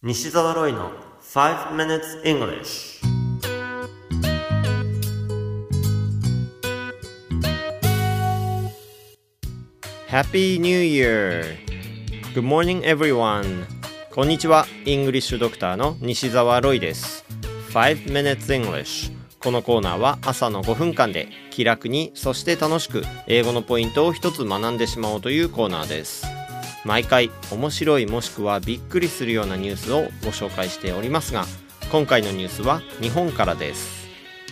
西澤ロイの5 minutes English。 Happy New Year! Good morning everyone! こんにちは、イングリッシュドクターの西澤ロイです。5 minutes English。 このコーナーは朝の5分間で気楽に、そして楽しく英語のポイントを一つ学んでしまおうというコーナーです。毎回面白いもしくはびっくりするようなニュースをご紹介しておりますが、今回のニュースは日本からです。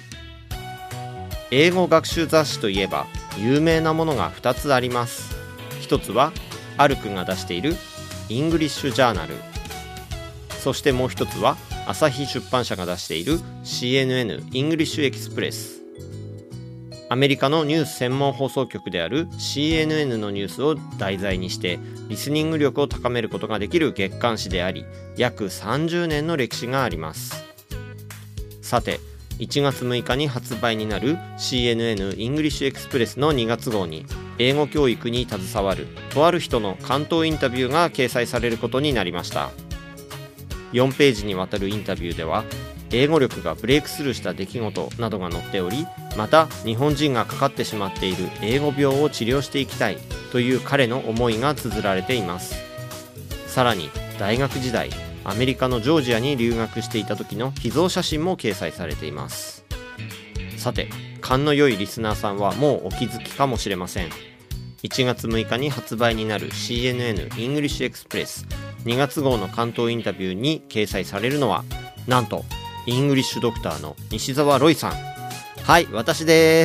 英語学習雑誌といえば有名なものが2つあります。一つはアルクが出しているイングリッシュジャーナル、そしてもう一つは朝日出版社が出している CNN イングリッシュエキスプレス。アメリカのニュース専門放送局である CNN のニュースを題材にしてリスニング力を高めることができる月刊誌であり、約30年の歴史があります。さて、1月6日に発売になる CNN イングリッシュエクスプレスの2月号に英語教育に携わるとある人の関東インタビューが掲載されることになりました。4ページにわたるインタビューでは英語力がブレイクスルーした出来事などが載っており、また日本人がかかってしまっている英語病を治療していきたいという彼の思いが綴られています。さらに大学時代アメリカのジョージアに留学していた時の秘蔵写真も掲載されています。さて、勘の良いリスナーさんはもうお気づきかもしれません。1月6日に発売になる CNN イングリッシュエクスプレス2月号の関東インタビューに掲載されるのは、なんとイングリッシュドクターの西澤ロイさん。はい、私です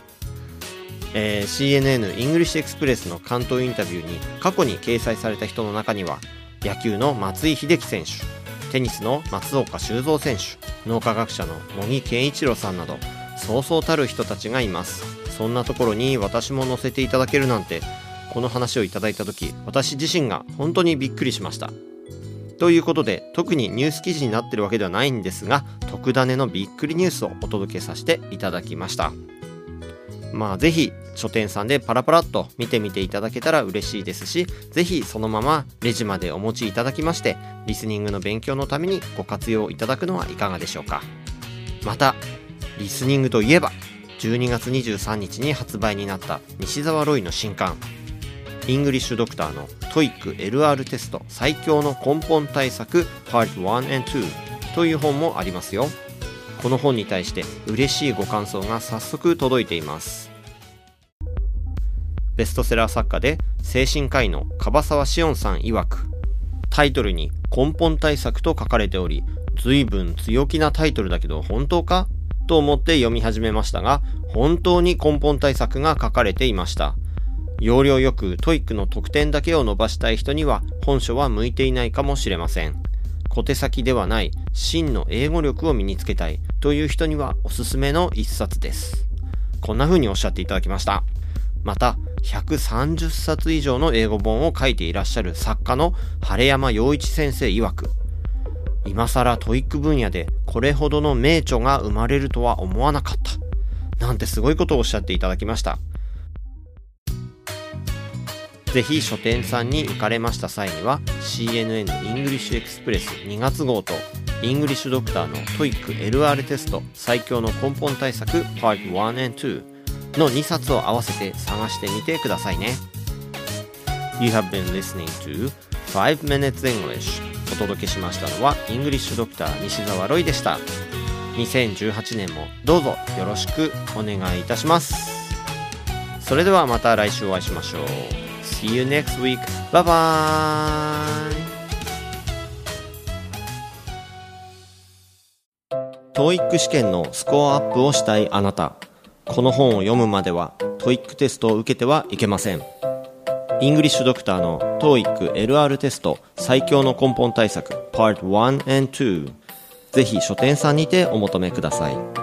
。CNN イングリッシュエクスプレスの関東インタビューに過去に掲載された人の中には、野球の松井秀喜選手、テニスの松岡修造選手、脳科学者の茂木健一郎さんなどそうそうたる人たちがいます。そんなところに私も載せていただけるなんて、この話をいただいた時、私自身が本当にびっくりしました。ということで、特にニュース記事になっているわけではないんですが、特ダネのびっくりニュースをお届けさせていただきました。ぜひ書店さんでパラパラっと見てみていただけたら嬉しいですし、ぜひそのままレジまでお持ちいただきまして、リスニングの勉強のためにご活用いただくのはいかがでしょうか。またリスニングといえば12月23日に発売になった西澤ロイの新刊、イングリッシュドクターの TOEIC LR テスト最強の根本対策 Part 1 and 2という本もありますよ。この本に対して嬉しいご感想が早速届いています。ベストセラー作家で精神科医の樺沢紫音さん曰く、タイトルに根本対策と書かれており、随分強気なタイトルだけど本当かと思って読み始めましたが、本当に根本対策が書かれていました。要領よく TOEIC の得点だけを伸ばしたい人には本書は向いていないかもしれません。小手先ではない真の英語力を身につけたいという人にはおすすめの一冊です。こんな風におっしゃっていただきました。また130冊以上の英語本を書いていらっしゃる作家の晴山洋一先生曰く、今更 TOEIC 分野でこれほどの名著が生まれるとは思わなかったなんてすごいことをおっしゃっていただきました。ぜひ書店さんに行かれました際には CNN イングリッシュエクスプレス2月号とイングリッシュドクターの TOEIC LR テスト最強の根本対策 Part 1 and 2の2冊を合わせて探してみてくださいね。 You have been listening to 5 minutes English。 お届けしましたのはイングリッシュドクター西澤ロイでした。2018年もどうぞよろしくお願いいたします。それではまた来週お会いしましょう。See you next week. Bye bye. TOEIC 試験のスコアアップをしたいあなた。この本を読むまでは TOEIC テストを受けてはいけません。イングリッシュドクターの TOEIC LR テスト最強の根本対策 Part 1 and 2。ぜひ書店さんにてお求めください。